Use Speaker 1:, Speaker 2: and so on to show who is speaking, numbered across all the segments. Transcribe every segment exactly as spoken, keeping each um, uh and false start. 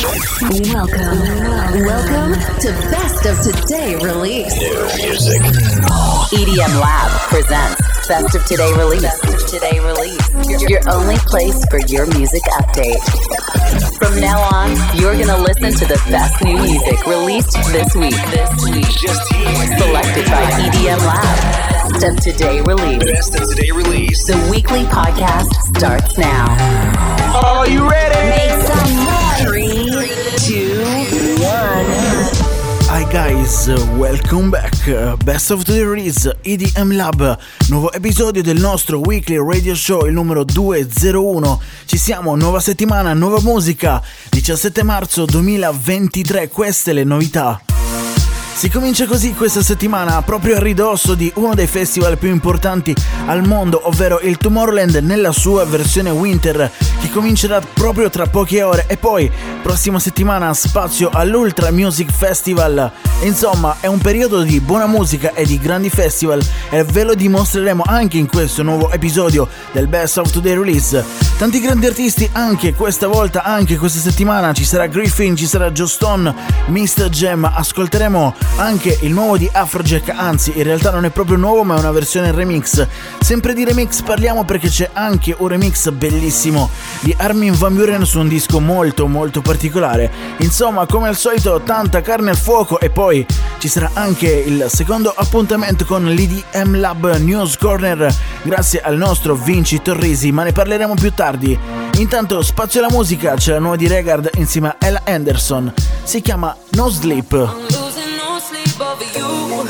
Speaker 1: Welcome, welcome to Best of Today Release.
Speaker 2: New music.
Speaker 3: E D M Lab presents Best of Today Release. Best of Today Release. Your only place for your music update. From now on, you're gonna listen to the best new music released this week. This week,
Speaker 2: Just here.
Speaker 3: selected by E D M Lab. Best of Today Release.
Speaker 2: Best of Today Release.
Speaker 3: The weekly podcast starts now.
Speaker 2: Are you ready?
Speaker 3: Make some noise. Three, two, one.
Speaker 4: Hi guys, welcome back. Best of the Release, E D M Lab, nuovo episodio del nostro weekly radio show, il numero duecentouno. Ci siamo, nuova settimana, nuova musica, diciassette marzo duemilaventitré, queste le novità. Si comincia così questa settimana, proprio a ridosso di uno dei festival più importanti al mondo, ovvero il Tomorrowland nella sua versione winter, che comincerà proprio tra poche ore, e poi prossima settimana spazio all'Ultra Music Festival. Insomma, è un periodo di buona musica e di grandi festival, e ve lo dimostreremo anche in questo nuovo episodio del Best of Today Release. Tanti grandi artisti anche questa volta, anche questa settimana. Ci sarà Griffin, ci sarà Joe Stone, mister Gem, ascolteremo anche il nuovo di Afrojack, anzi in realtà non è proprio nuovo ma è una versione remix. Sempre di remix parliamo perché c'è anche un remix bellissimo di Armin van Buuren su un disco molto molto particolare. Insomma, come al solito, tanta carne al fuoco, e poi ci sarà anche il secondo appuntamento con l'E D M Lab News Corner grazie al nostro Vinci Torrisi, ma ne parleremo più tardi. Intanto spazio alla musica, c'è la nuova di Regard insieme a Ella Anderson, si chiama No Sleep.
Speaker 5: Over you,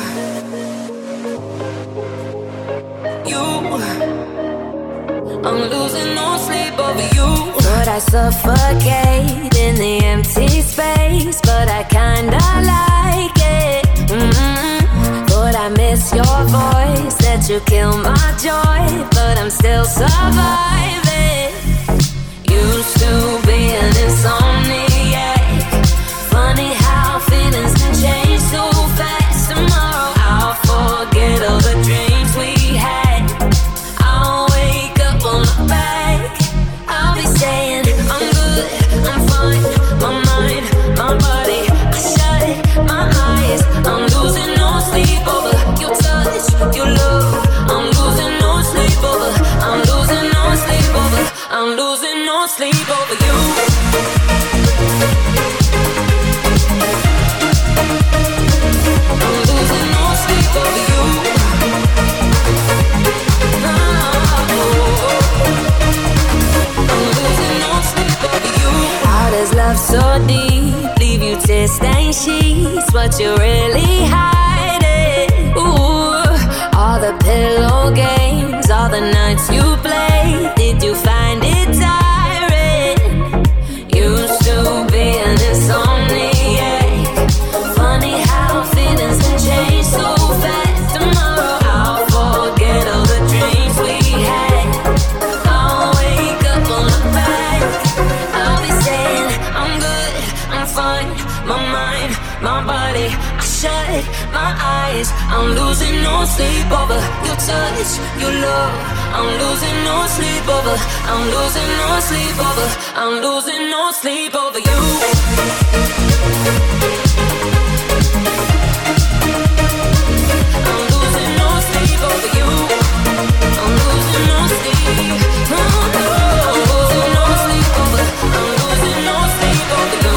Speaker 5: you, I'm losing no sleep over you. Thought I suffocate in the empty space, but I kinda like it. Mm-hmm. Thought I miss your voice, that you kill my joy, but I'm still surviving. Used to be an insomniac. Funny how feelings can change so fast. Tomorrow I'll forget all the dreams we had. I'll wake up on my back. I'll be saying I'm good, I'm fine. My mind, my body, I shut my eyes. I'm losing no sleep over your touch, your love. I'm losing no sleep over. I'm losing no sleep over. I'm losing no sleep over you. Love so deep, leave you to stain sheets. What you really hiding? Ooh, all the pillow games, all the nights you played. Did you find it tiring? Used to be an insomniac. Funny how feelings can change so fast. Tomorrow I'll forget all the dreams we had. I'll wake up on the back. I'll be saying I'm good, I'm fine. My mind, my body, I shut my eyes. I'm losing no sleep over your touch, your love. I'm losing no sleep over. I'm losing no sleep over. I'm losing no sleep over you. I'm losing no sleep over you. I'm losing no sleep. Oh, no. I'm losing no sleep over. I'm losing no sleep over you.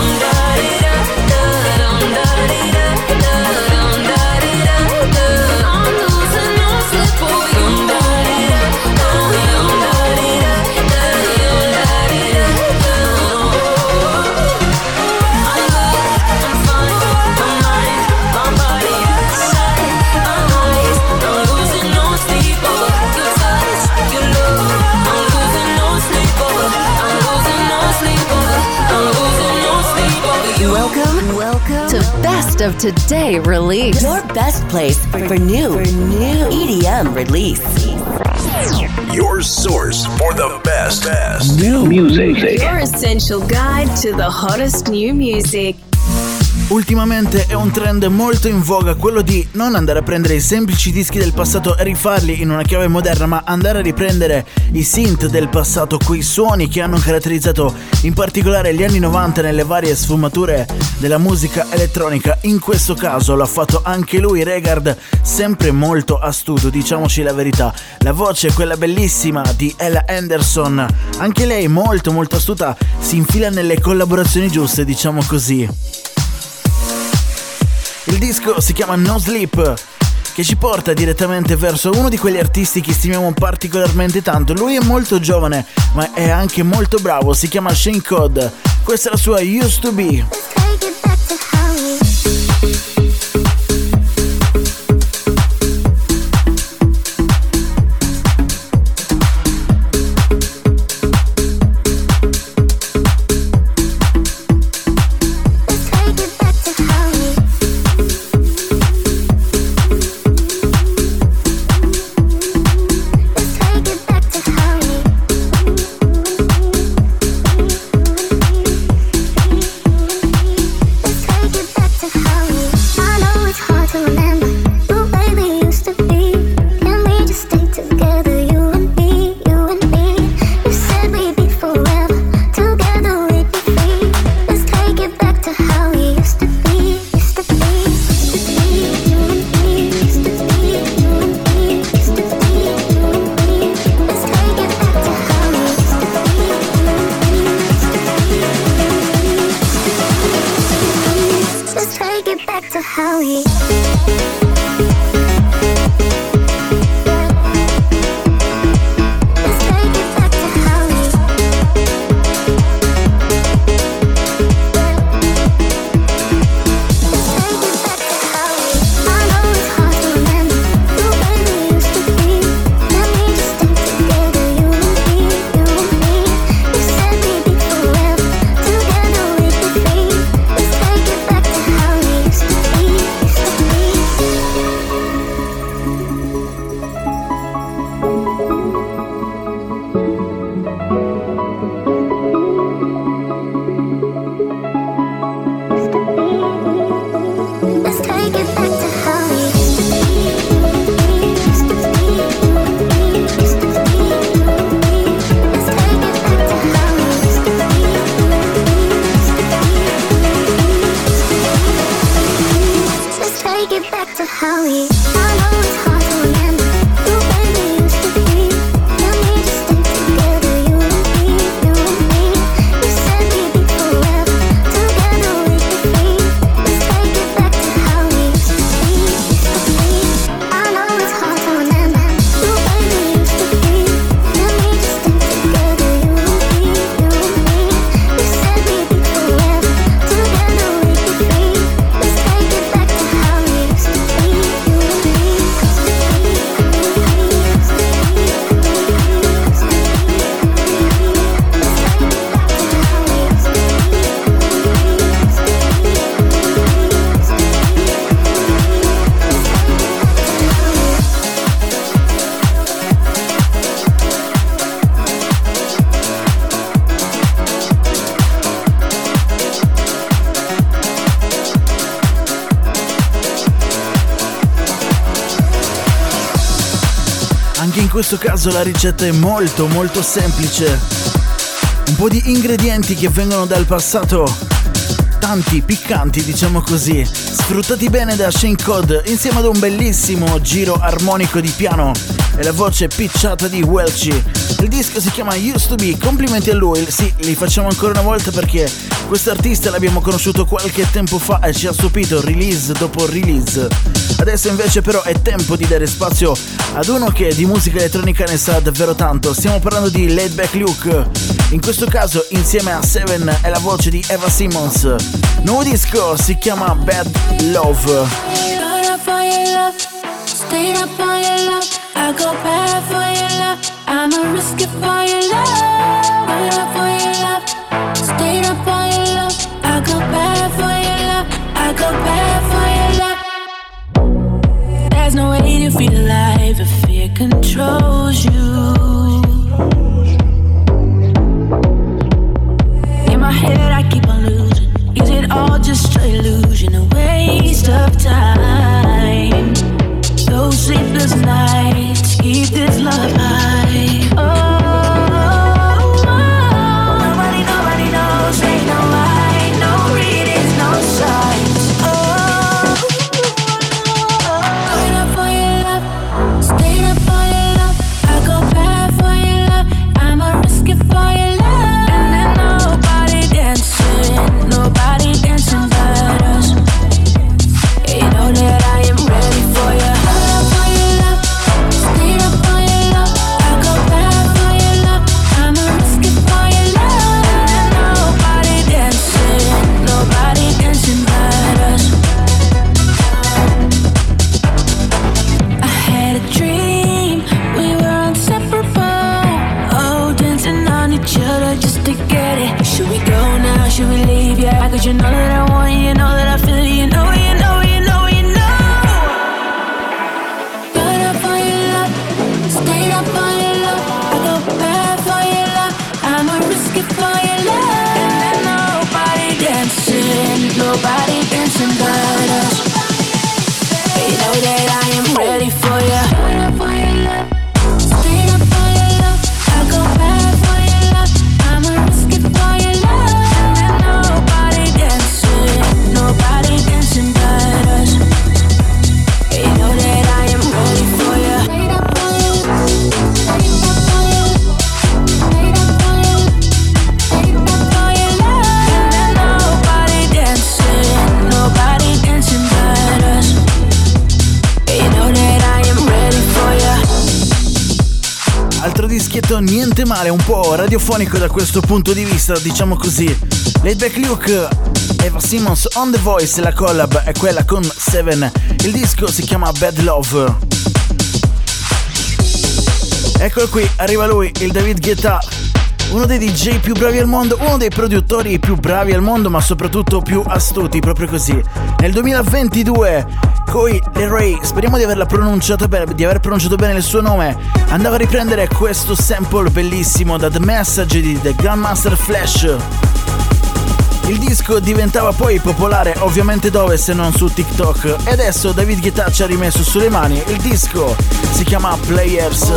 Speaker 5: I'm losing no sleep over you. I'm fine. My mind, my body, shut my eyes. I'm losing no sleep over your touch, your love. I'm losing no sleep over. I'm losing no sleep over. I'm losing no sleep over you.
Speaker 1: Welcome, welcome to Best of Today Release.
Speaker 6: Your best place for, for new, for new E D M release.
Speaker 2: Your source for the best, best new music.
Speaker 1: Your essential guide to the hottest new music.
Speaker 4: Ultimamente è un trend molto in voga quello di non andare a prendere i semplici dischi del passato e rifarli in una chiave moderna, ma andare a riprendere i synth del passato, quei suoni che hanno caratterizzato in particolare gli anni novanta nelle varie sfumature della musica elettronica. In questo caso l'ha fatto anche lui, Regard, sempre molto astuto, diciamoci la verità. La voce, quella bellissima di Ella Henderson, anche lei molto molto astuta, si infila nelle collaborazioni giuste, diciamo così. Il disco si chiama No Sleep, che ci porta direttamente verso uno di quegli artisti che stimiamo particolarmente tanto. Lui è molto giovane, ma è anche molto bravo, si chiama Shane Codd. Questa è la sua Used to Be. In questo caso la ricetta è molto molto semplice. Un po' di ingredienti che vengono dal passato, tanti, piccanti diciamo così, sfruttati bene da Shane Codd insieme ad un bellissimo giro armonico di piano e la voce pitchata di Welchie. Il disco si chiama Used to Be, complimenti a lui, sì, li facciamo ancora una volta perché questo artista l'abbiamo conosciuto qualche tempo fa e ci ha stupito release dopo release. Adesso invece però è tempo di dare spazio ad uno che di musica elettronica ne sa davvero tanto. Stiamo parlando di Laid Back Luke, in questo caso insieme a Seven e la voce di Eva Simmons. Nuovo disco si chiama Bad Love.
Speaker 5: I'ma risk it for your love. Run up for your love. Stayed up on your love. I go bad for your love. I go bad for your love. There's no way to feel alive if fear controls you. In my head I keep on losing. Is it all just straight illusion? cause you know that I want you, you know that I feel it, you know, you know, you know, you know. Got up for your love, stayed up for your love, I go bad for your love, I'ma risk it for your love. And then nobody dancing, nobody dancing but us. You know that I am ready for you. Got up for your love, stayed up for your love, I go bad for your love, I'ma risk it for your love. And then nobody dancing, nobody dancing but us. You know that I am ready for you. Stayed up for you, stayed up for you, stayed up for you, stayed up for your love. And then nobody dancing, nobody dancing but us. You know that I am ready for you.
Speaker 4: Altro dischetto niente male, un po' radiofonico da questo punto di vista, diciamo così. Laid Back Luke, Eva Simmons on The Voice, la collab è quella con Seven. Il disco si chiama Bad Love. Eccolo qui, arriva lui, il David Guetta, uno dei D J più bravi al mondo, uno dei produttori più bravi al mondo, ma soprattutto più astuti, proprio così. Nel duemilaventidue Coi Leray, speriamo di averla pronunciata bene, di aver pronunciato bene il suo nome, andava a riprendere questo sample bellissimo da The Message di The Grandmaster Flash. Il disco diventava poi popolare ovviamente dove se non su TikTok, e adesso David Guetta ci ha rimesso sulle mani. Il disco si chiama Players.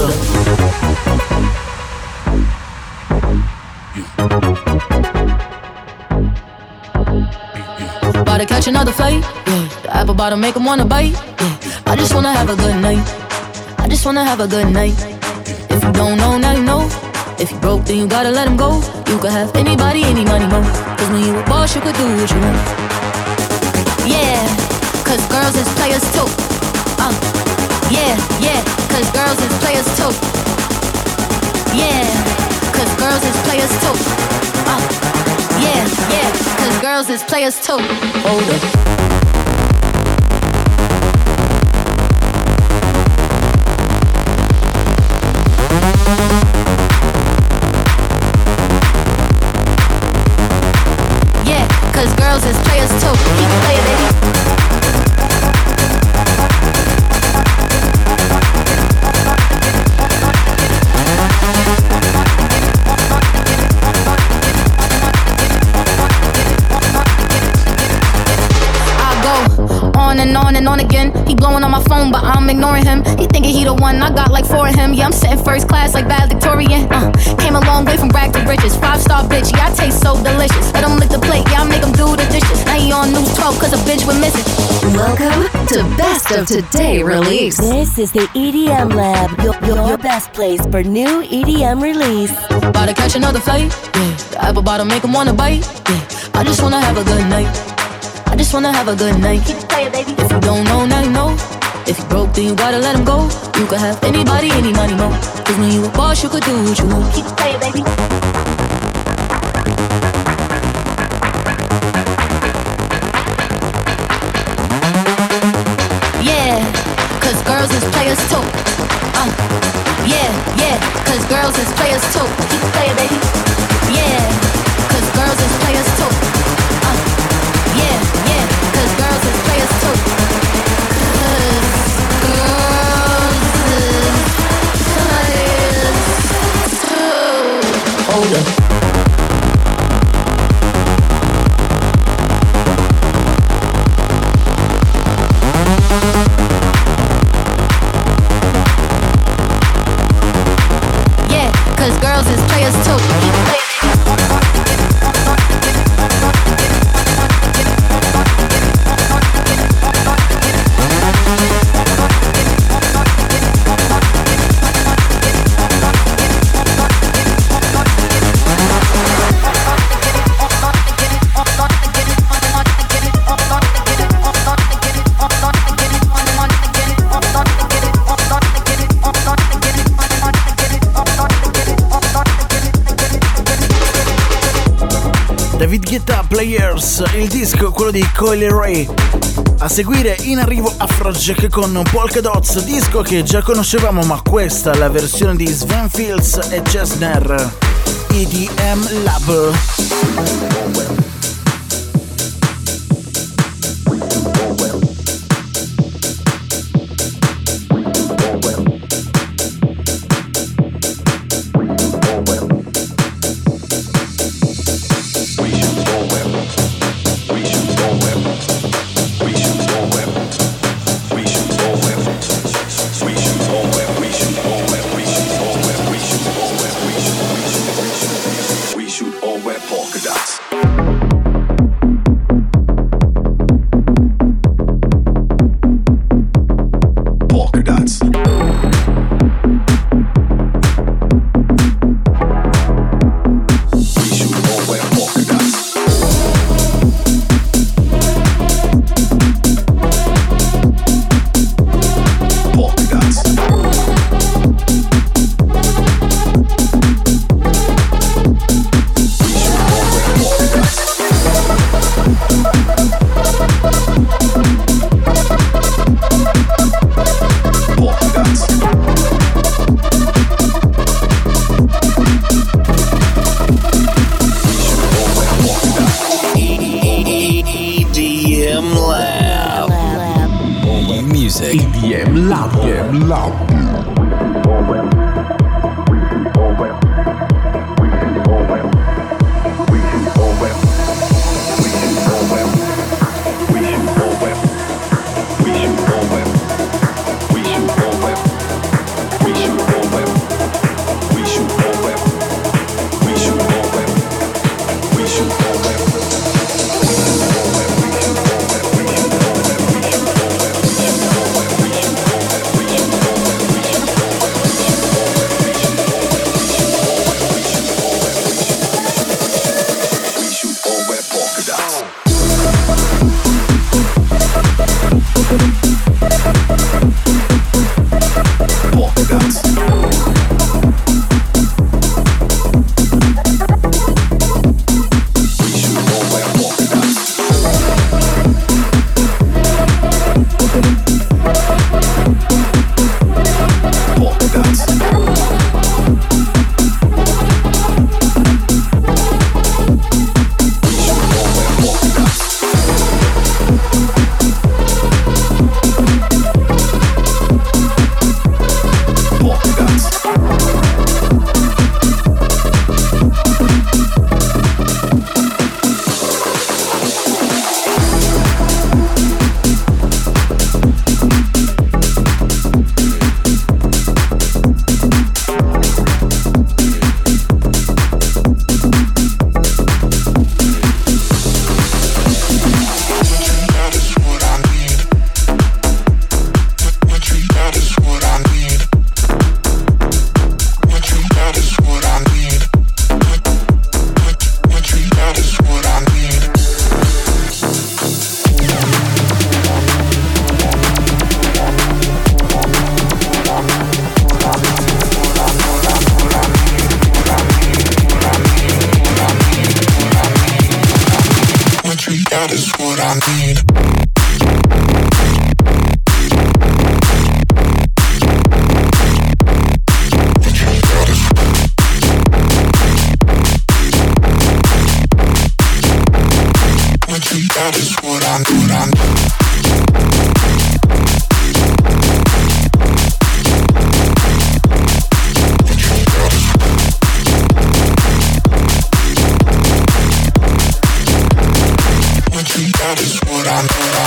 Speaker 5: About to catch another flight, yeah. The apple bottom make him wanna bite, yeah. I just wanna have a good night, I just wanna have a good night. If you don't know, now you know. If you broke, then you gotta let him go. You could have anybody, any money, mo. Cause when you a boss, you could do what you want. Yeah, cause girls is players too. Uh, yeah, yeah, cause girls is players too. Yeah, cause girls is players too. Uh, yeah, yeah, cause girls is players too. Hold up. Yeah, cause girls is players too. Keep it playing, baby. On and on and on again. He blowing on my phone, but I'm ignoring him. He thinking he the one, I got like four of him. Yeah, I'm sitting first class like valedictorian. Uh, came a long way from rag to riches. Five star bitch, yeah, I taste so delicious. Let him lick the plate, yeah, I make him do the dishes. Now he on news twelve, cause a bitch went missing.
Speaker 1: Welcome to Best of Today Release.
Speaker 6: This is the E D M Lab, your, your, your best place for new E D M release.
Speaker 5: About to catch another flight, yeah. The apple bottom make him wanna bite, yeah. I just wanna have a good night, I just wanna have a good night. Keep it playing, baby. If you don't know, now you know. If you broke, then you gotta let him go. You could have anybody, any money, mo. Cause when you a boss, you could do what you want. Keep it playing, baby. Yeah, cause girls is players too. Uh, yeah, yeah, cause girls is players too. Keep it playing, baby. Yeah, cause girls is players too. Uh, yeah, yeah, cause girls is players too. Cause girls is players too. Hold up. Cause girls is players too. Keep it playing.
Speaker 4: David Guetta Players, il disco, quello di Coi Leray. A seguire in arrivo Afrojack con Polka Dots, disco che già conoscevamo, ma questa è la versione di Sven Fields e Chesner. E D M Lab.
Speaker 2: Music E D M Lab. E D M Lab.
Speaker 7: That is what I need. That is what I need. That is what I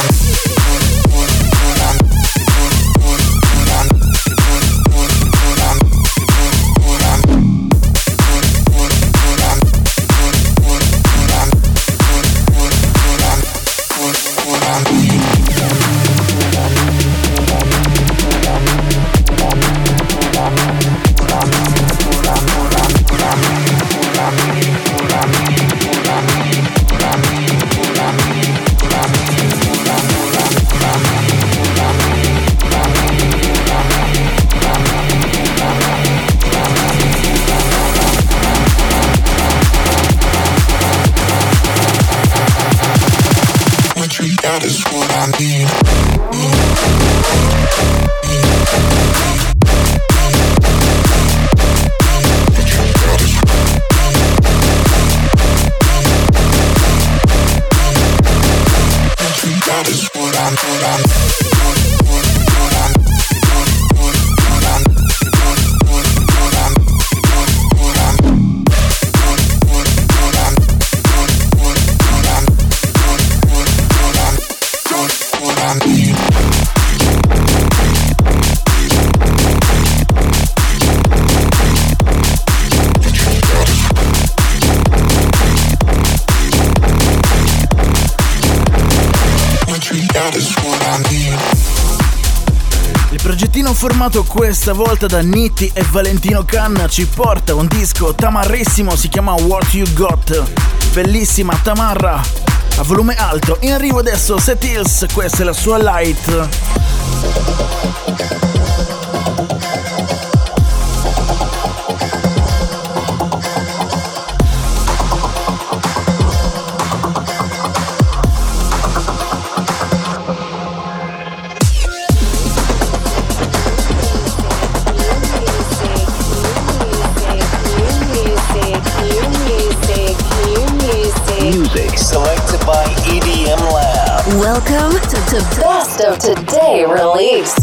Speaker 7: That is what I need. That is what I'm
Speaker 4: Il progettino formato questa volta da Nitti e Valentino Canna ci porta un disco tamarrissimo, si chiama What You Got. Bellissima tamarra a volume alto. In arrivo adesso Seth Hills, questa è la sua Light.
Speaker 2: Music selected by E D M Lab.
Speaker 1: Welcome to, to Best of Today Release.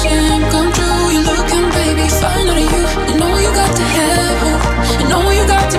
Speaker 5: You know you got to have hope. You know you got to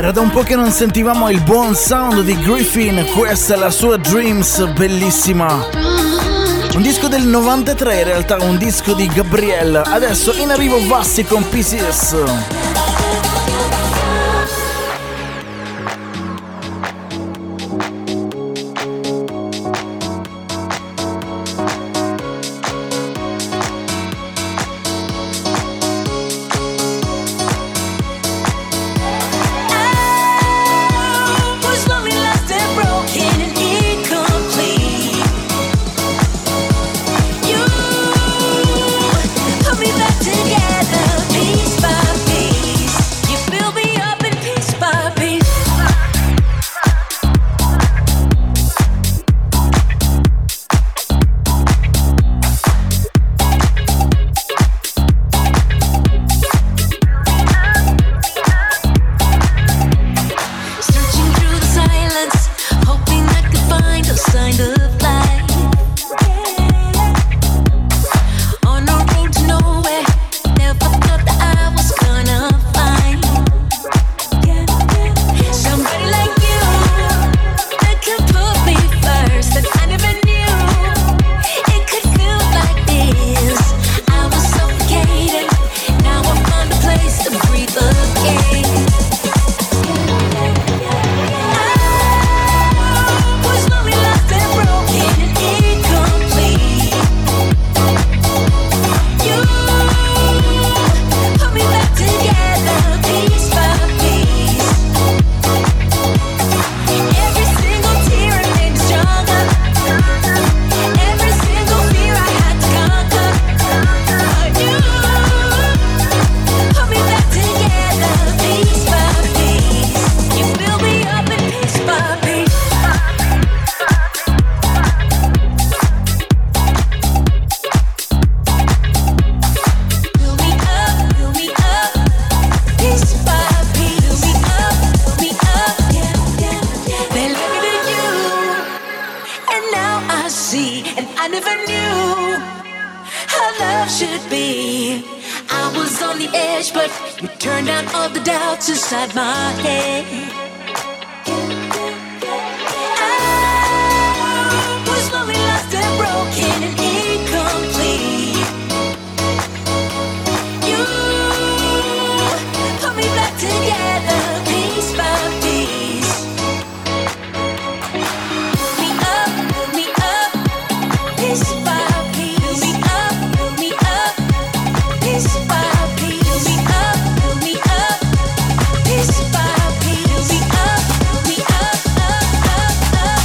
Speaker 4: Era da un po' che non sentivamo il buon sound di Griffin, questa è la sua Dreams, bellissima. Un disco del novantatré, in realtà un disco di Gabrielle. Adesso in arrivo Vassi con Pieces.
Speaker 5: Inside my head, I was slowly lost and broken and incomplete. You put me back together, piece by piece. Build me up, build me up, piece by piece. Build me up, build me up, piece by piece. Build me up, build me up. Piece by piece, build me up, build me up, up, up, up,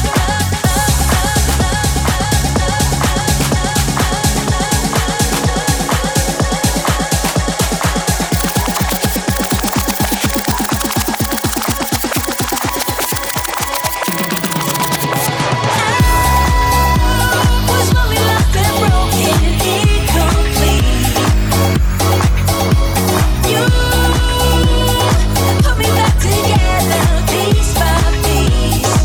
Speaker 5: I was slowly lost and broken and incomplete. You put me back together, piece by piece.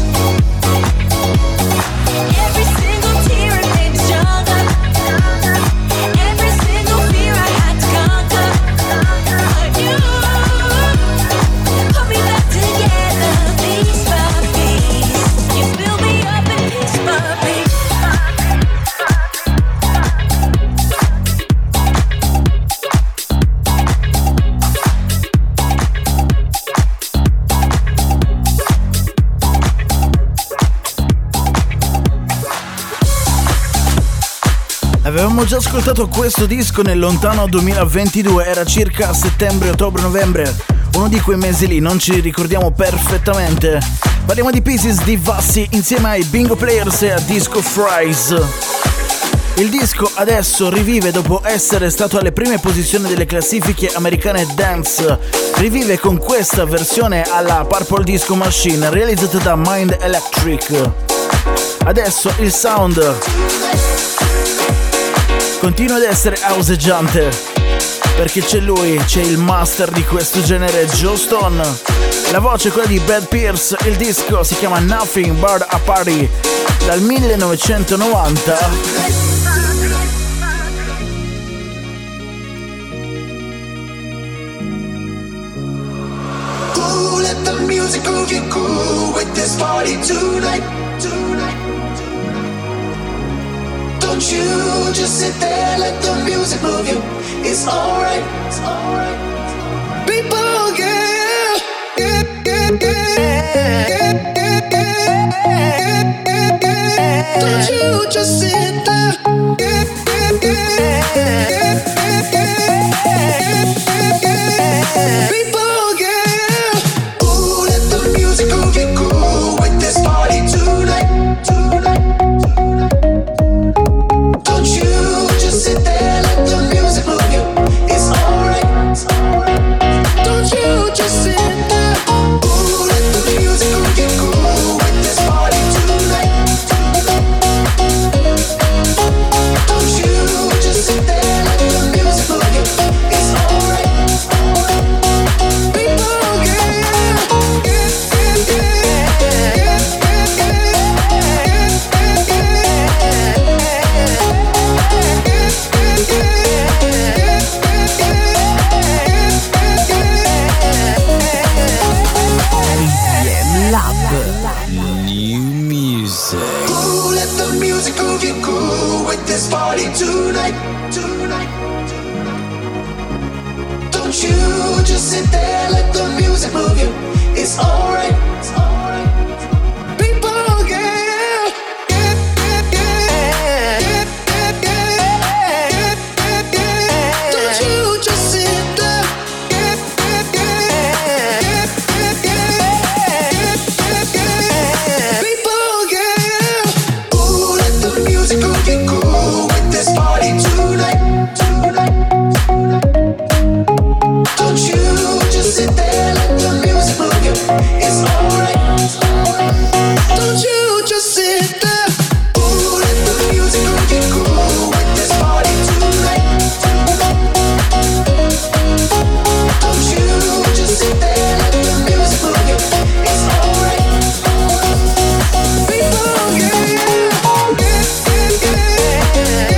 Speaker 5: Every single tear it made me stronger. Every single fear I had to conquer. You put me back together, piece by piece. You build me up in piece by piece.
Speaker 4: Avevamo già ascoltato questo disco nel lontano duemilaventidue, era circa settembre, ottobre, novembre, uno di quei mesi lì, non ci ricordiamo perfettamente. Parliamo di Pieces di Vassi insieme ai Bingo Players e a Disco Fries. Il disco adesso rivive dopo essere stato alle prime posizioni delle classifiche americane dance. Rivive con questa versione alla Purple Disco Machine realizzata da Mind Electric. Adesso il sound continua ad essere houseggiante perché c'è lui, c'è il master di questo genere, Joe Stone. La voce è quella di Brad Pierce, il disco si chiama Nothing But a Party dal millenovecentonovanta.
Speaker 7: Let the music music groove you cool with this party tonight, tonight. Don't you just sit there, let the music move you. It's alright, it's alright. People, yeah, yeah, yeah, yeah, yeah, yeah. Don't you just sit there, yeah, yeah, yeah, yeah. People, yeah. Ooh, let the music groove you cool with this party tonight, tonight. Don't you just sit there, let the music move you. It's alright, it's alright. Don't you just sit there. Ooh, let the music move you cool with this party tonight, tonight. Don't you just sit there, let the music move you. It's alright, it's alright. People, yeah, yeah, yeah, yeah,
Speaker 2: New music.
Speaker 7: ooh, let the music move you cool with this party tonight, tonight. Don't you just sit there, let the music move you. It's alright, it's alright. People, yeah, yeah, yeah, yeah, yeah, yeah, yeah, yeah. Don't you just sit there, yeah, yeah, yeah, yeah, yeah, yeah. People, yeah. Ooh, let the music move you cool with this party tonight, tonight. Don't you just sit there, let the music move you. It's alright, it's alright. Don't you just sit there. Ooh, let the music move you cool with this party tonight, tonight. Don't you just sit there, let the music move you. It's alright, it's alright. People, yeah, yeah, yeah, yeah,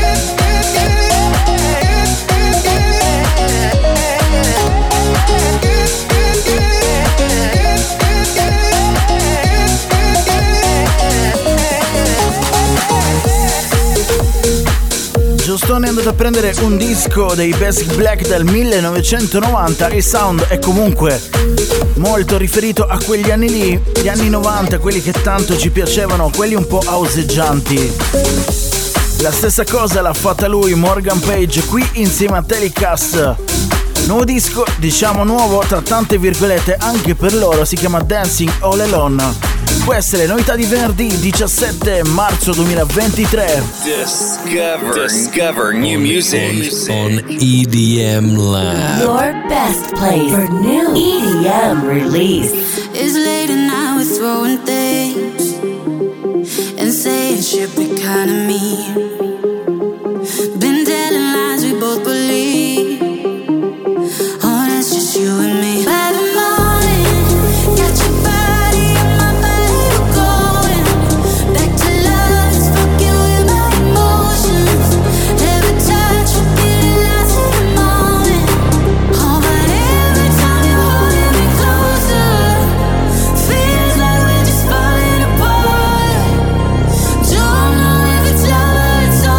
Speaker 4: Giustone è andato a prendere un disco dei Basic Black del millenovecentonovanta. Il sound è comunque molto riferito a quegli anni lì, gli anni novanta, quelli che tanto ci piacevano, quelli un po' houseggianti. La stessa cosa l'ha fatta lui, Morgan Page, qui insieme a Telecast. Nuovo disco, diciamo nuovo tra tante virgolette anche per loro, si chiama Dancing All Alone. Queste le novità di venerdì diciassette marzo duemilaventitré.
Speaker 2: Discover, discover new music on E D M Lab.
Speaker 6: Your best place for new E D M release.
Speaker 5: It's late and now we're throwing things and saying shit we kinda mean. Been telling lies we both believe. Oh, that's just you and me. By the morning, got your body on my body, we're going back to love. It's fucking with my emotions. Every touch, we're getting lost in the moment. Oh, but every time you're holding me closer, feels like we're just falling apart. Don't know if it's love or it's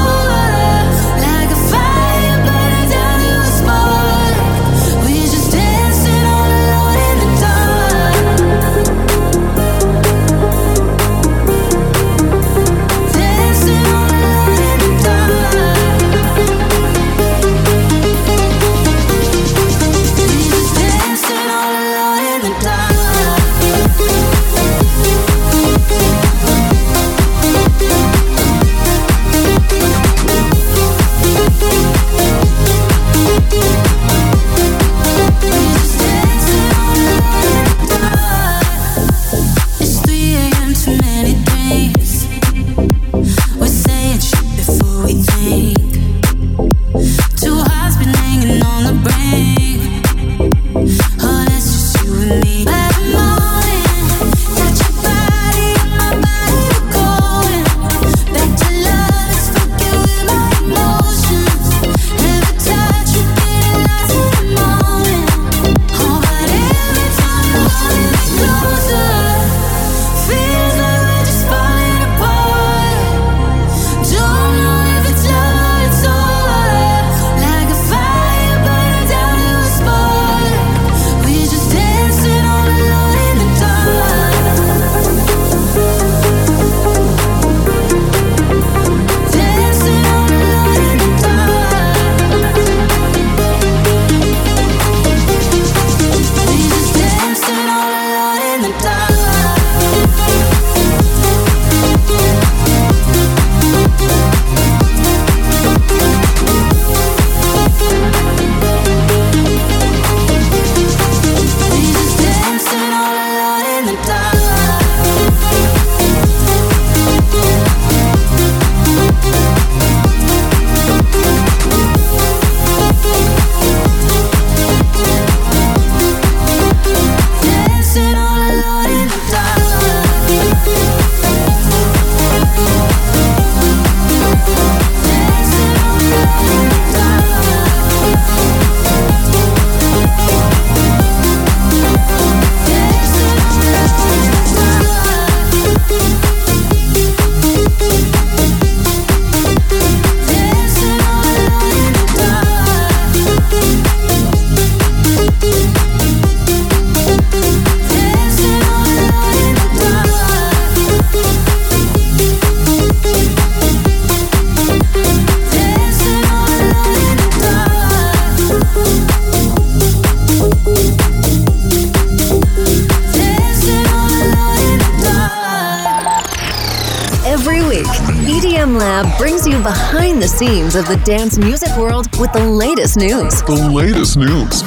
Speaker 1: M Lab brings you behind the scenes of the dance music world with the latest news.
Speaker 8: The latest news.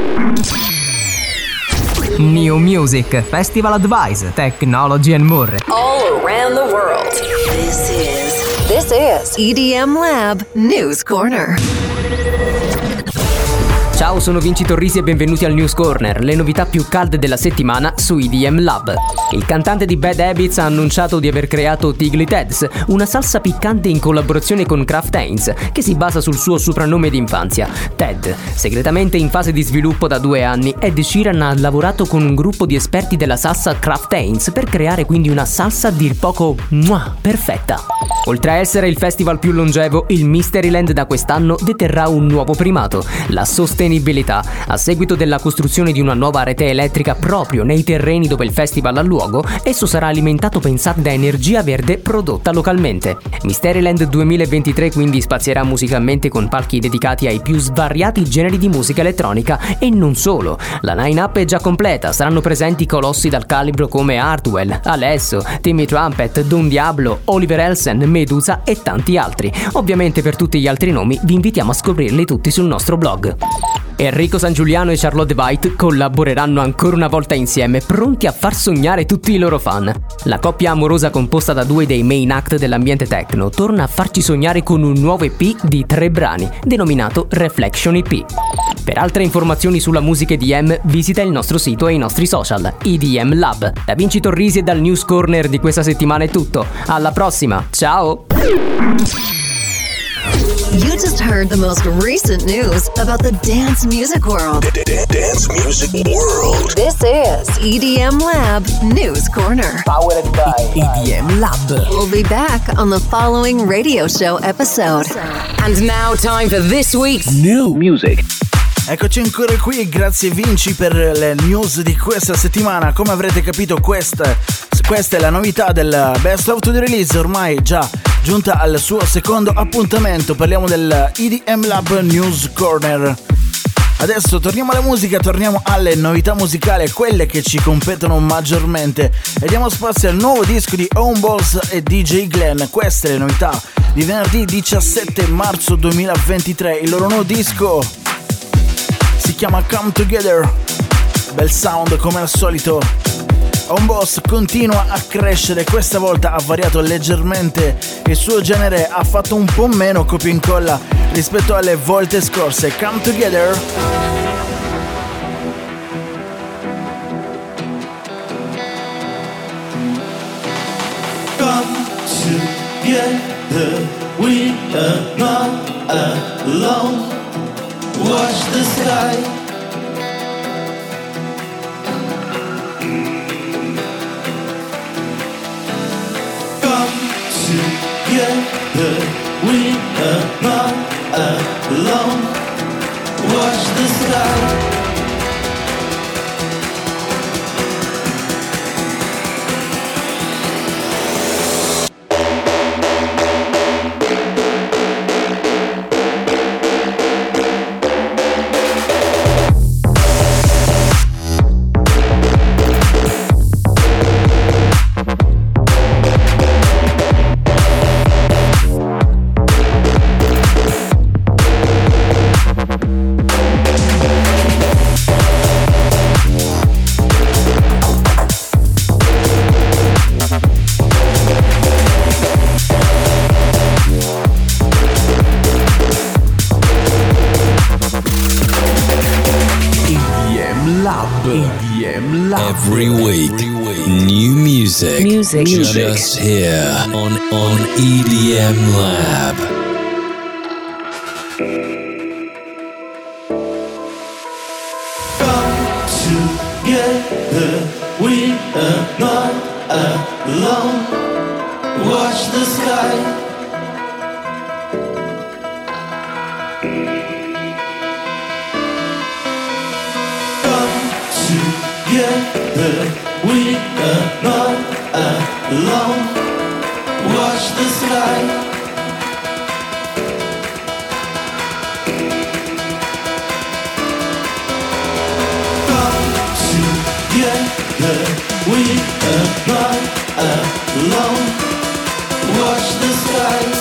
Speaker 9: New Music, Festival Advice, Technology and more.
Speaker 1: All around the world. This is This is E D M Lab News Corner.
Speaker 9: Ciao, sono Vinci Torrisi e benvenuti al News Corner, le novità più calde della settimana su E D M Lab. Il cantante di Bad Habits ha annunciato di aver creato Tigly Ted's, una salsa piccante in collaborazione con Kraft Heinz, che si basa sul suo soprannome d'infanzia, Ted. Segretamente in fase di sviluppo da due anni, Ed Sheeran ha lavorato con un gruppo di esperti della salsa Kraft Heinz per creare quindi una salsa a dir poco muah, perfetta. Oltre a essere il festival più longevo, il Mysteryland da quest'anno deterrà un nuovo primato, la sostenibilità. A seguito della costruzione di una nuova rete elettrica proprio nei terreni dove il festival ha luogo, esso sarà alimentato, pensate, da energia verde prodotta localmente. Mysteryland duemilaventitré quindi spazierà musicalmente con palchi dedicati ai più svariati generi di musica elettronica e non solo. La line-up è già completa, saranno presenti colossi dal calibro come Hardwell, Alesso, Timmy Trumpet, Don Diablo, Oliver Elsen, Medusa e tanti altri. Ovviamente per tutti gli altri nomi vi invitiamo a scoprirli tutti sul nostro blog. Enrico Sangiuliano e Charlotte White collaboreranno ancora una volta insieme, pronti a far sognare tutti i loro fan. La coppia amorosa composta da due dei main act dell'ambiente techno torna a farci sognare con un nuovo E P di tre brani, denominato Reflection E P. Per altre informazioni sulla musica E D M visita il nostro sito e i nostri social, E D M Lab. Da Vinci Torrisi e dal News Corner di questa settimana è tutto. Alla prossima, ciao!
Speaker 1: You just heard the most recent news about the dance music world.
Speaker 8: Dance music world.
Speaker 1: This is E D M Lab News Corner.
Speaker 9: Powered by E D M Lab.
Speaker 1: We'll be back on the following radio show episode.
Speaker 3: And now time for this week's
Speaker 2: New Music.
Speaker 4: Eccoci ancora qui, grazie Vinci per le news di questa settimana. Come avrete capito, questa, questa è la novità del Best of the Release, ormai già giunta al suo secondo appuntamento. Parliamo del E D M Lab News Corner. Adesso torniamo alla musica, torniamo alle novità musicali, quelle che ci competono maggiormente, e diamo spazio al nuovo disco di Homeballs e D J Glenn. Queste le novità di venerdì diciassette marzo duemilaventitré. Il loro nuovo disco si chiama Come Together. Bel sound come al solito. Homeballs continua a crescere, questa volta ha variato leggermente il suo genere, ha fatto un po' meno copia e incolla rispetto alle volte scorse. Come Together.
Speaker 7: Come together, we are not alone. Watch the sky. Come together, we are not alone. Watch the sky.
Speaker 2: Every week, new music,
Speaker 6: Music.
Speaker 2: just here on on E D M Lab.
Speaker 7: Come together, we are not alone. Watch the sky. Together, we are not alone. Watch the sky. Come together, we are not alone. watch the sky.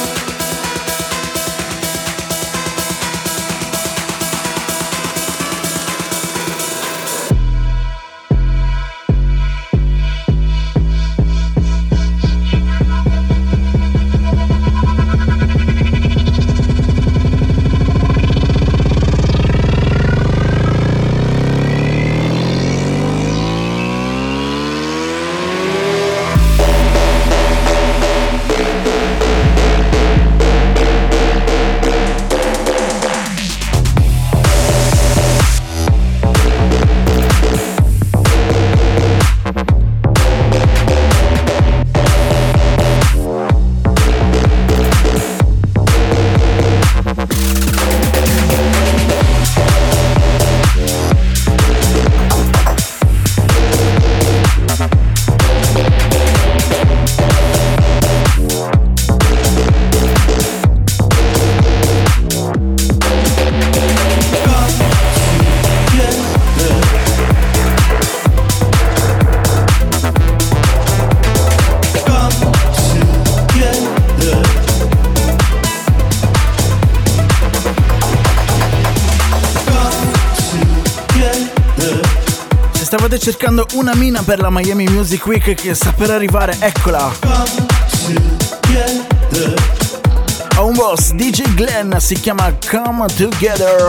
Speaker 4: Stavate cercando una mina per la Miami Music Week che sta per arrivare, eccola. Ho un boss, D J Glenn, si chiama Come Together.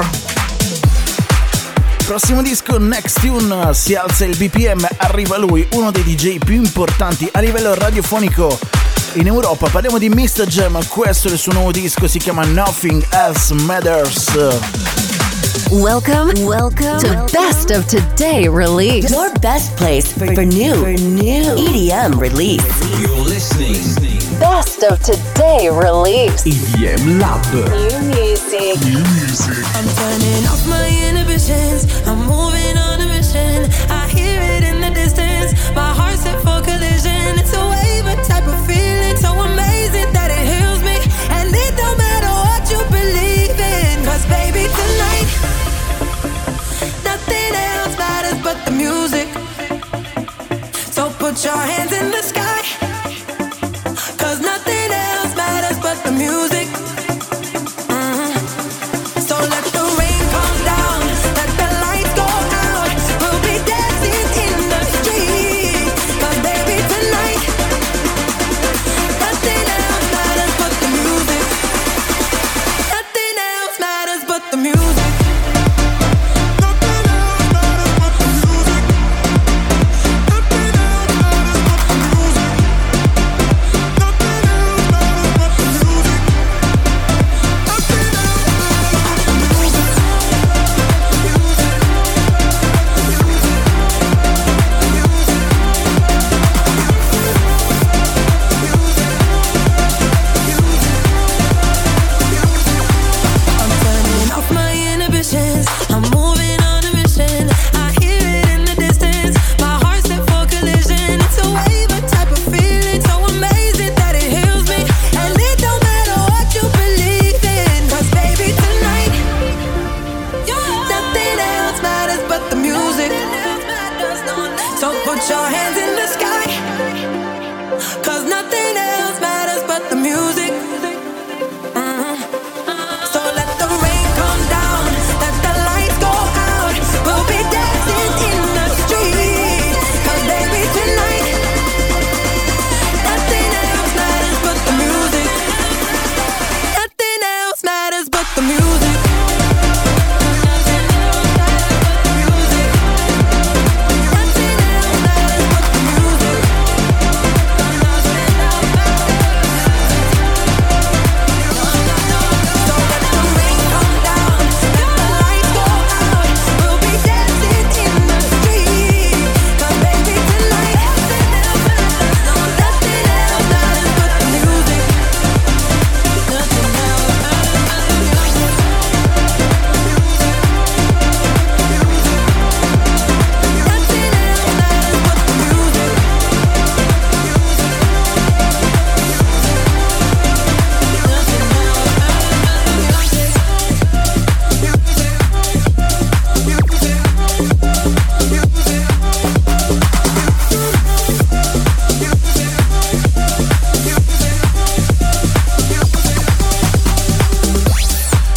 Speaker 4: Prossimo disco, Next Tune, si alza il B P M, arriva lui, uno dei D J più importanti a livello radiofonico in Europa. Parliamo di mister Gem, questo è il suo nuovo disco, si chiama Nothing Else Matters.
Speaker 1: Welcome, welcome to Best of Today Release.
Speaker 6: Your best place for, for new, for new E D M release.
Speaker 2: You're listening.
Speaker 1: Best of Today Release.
Speaker 2: E D M Lab.
Speaker 1: New music.
Speaker 2: New music.
Speaker 5: I'm turning off my inhibitions. I'm moving on a mission. I hear it in the distance. My heart's set for collision. It's a wave, a type of feeling so amazing that it heals me. And it don't matter what you believe in. Cause baby tonight, nothing else matters but the music. So put your hands in the sky. Cause nothing else matters but the music. Mm-hmm. So let the rain come down, let the lights go out. We'll be dancing in the street. Cause baby tonight, nothing else matters but the music. Nothing else matters but the music. Music.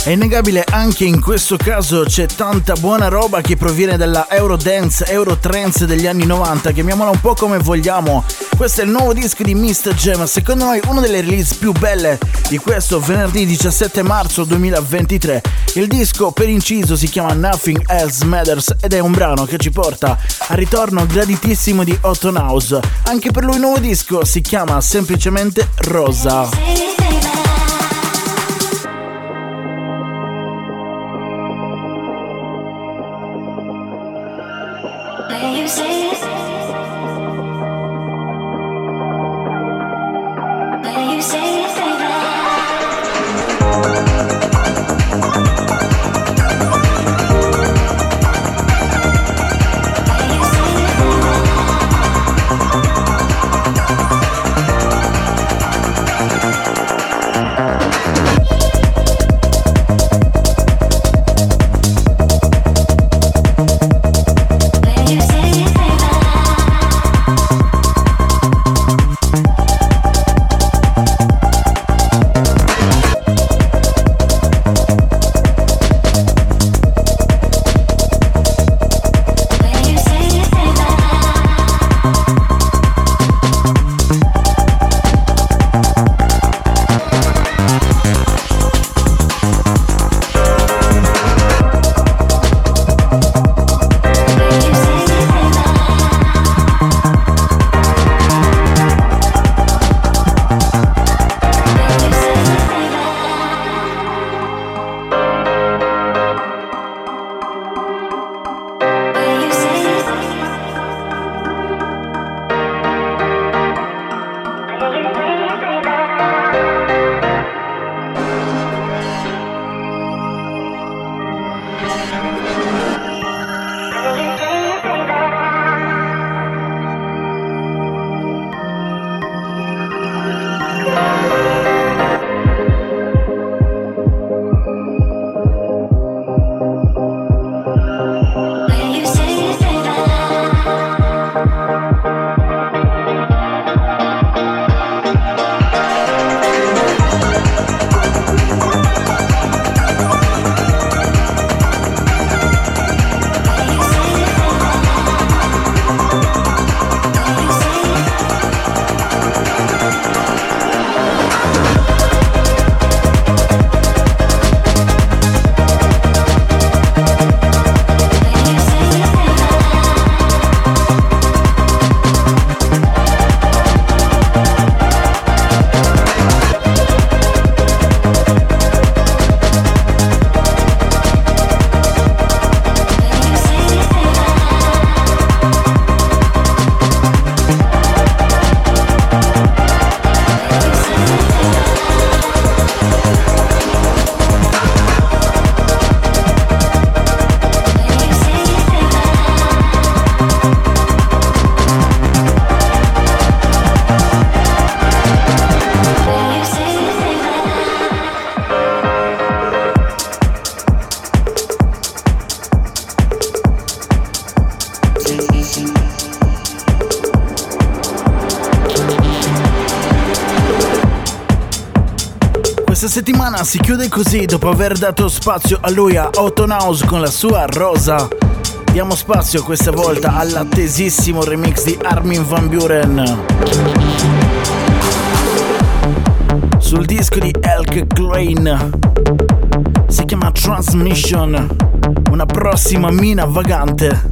Speaker 4: È innegabile anche in questo caso, c'è tanta buona roba che proviene dalla Eurodance, Eurotrance degli anni novanta, chiamiamola un po' come vogliamo. Questo è il nuovo disco di Mr. Gem, secondo noi una delle release più belle di questo venerdì diciassette marzo duemilaventitré. Il disco per inciso si chiama Nothing Else Matters ed è un brano che ci porta al ritorno graditissimo di Otton House. Anche per lui il nuovo disco si chiama semplicemente Rosa. Questa settimana si chiude così, dopo aver dato spazio a lui, a Otton House con la sua Rosa. Diamo spazio questa volta all'attesissimo remix di Armin van Buuren sul disco di Elke Klein. Si chiama Transmission, una prossima mina vagante.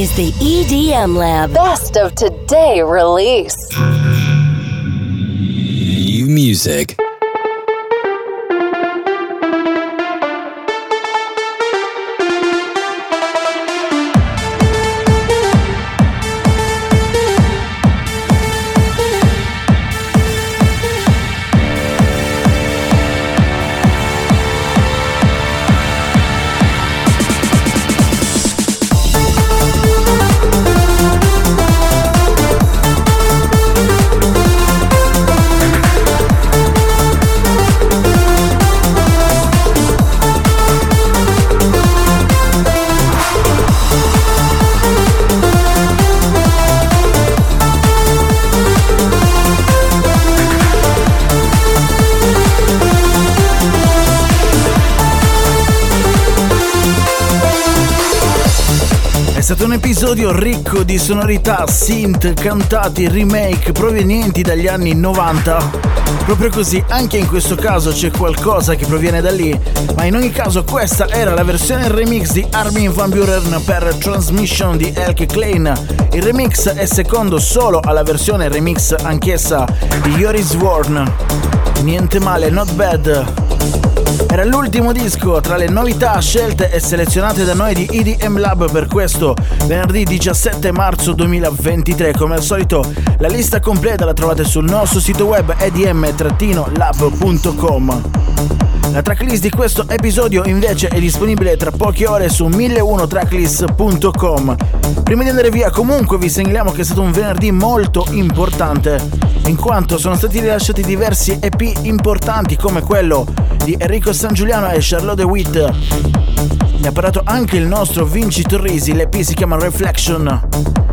Speaker 6: is the E D M Lab.
Speaker 1: Best of today release.
Speaker 2: New music.
Speaker 4: È stato un episodio ricco di sonorità, synth, cantati, remake provenienti dagli anni novanta. Proprio così, anche in questo caso c'è qualcosa che proviene da lì, ma in ogni caso questa era la versione remix di Armin van Buuren per Transmission di Elke Klein. Il remix è secondo solo alla versione remix anch'essa di Joris Worn. Niente male, not bad. Era l'ultimo disco tra le novità scelte e selezionate da noi di E D M Lab per questo venerdì diciassette marzo duemilaventitré. Come al solito la lista completa la trovate sul nostro sito web e d m lab punto com. La tracklist di questo episodio invece è disponibile tra poche ore su mille uno tracklist punto com. Prima di andare via comunque vi segnaliamo che è stato un venerdì molto importante, in quanto sono stati rilasciati diversi E P importanti come quello di Enrico San Giuliano e Charlotte DeWitt. Ne ha parlato anche il nostro Vinci Torrisi, l'E P si chiama Reflection.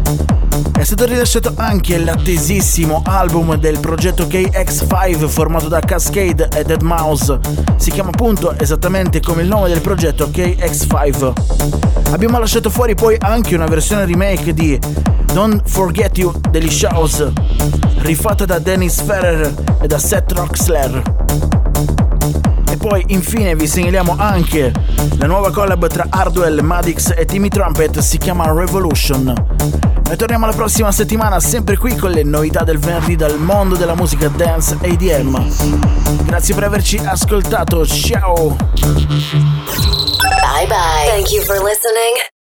Speaker 4: È stato rilasciato anche l'attesissimo album del progetto K X cinque formato da Cascade e deadmau five. Si chiama appunto esattamente come il nome del progetto K X cinque. Abbiamo lasciato fuori poi anche una versione remake di Don't Forget You degli Shows, rifatta da Dennis Ferrer e da Seth Roxler. E poi infine vi segnaliamo anche la nuova collab tra Hardwell, Madix e Timmy Trumpet, si chiama Revolution. Noi torniamo la prossima settimana sempre qui con le novità del venerdì dal mondo della musica dance e E D M. Grazie per averci ascoltato, ciao!
Speaker 1: Bye bye. Thank you for listening.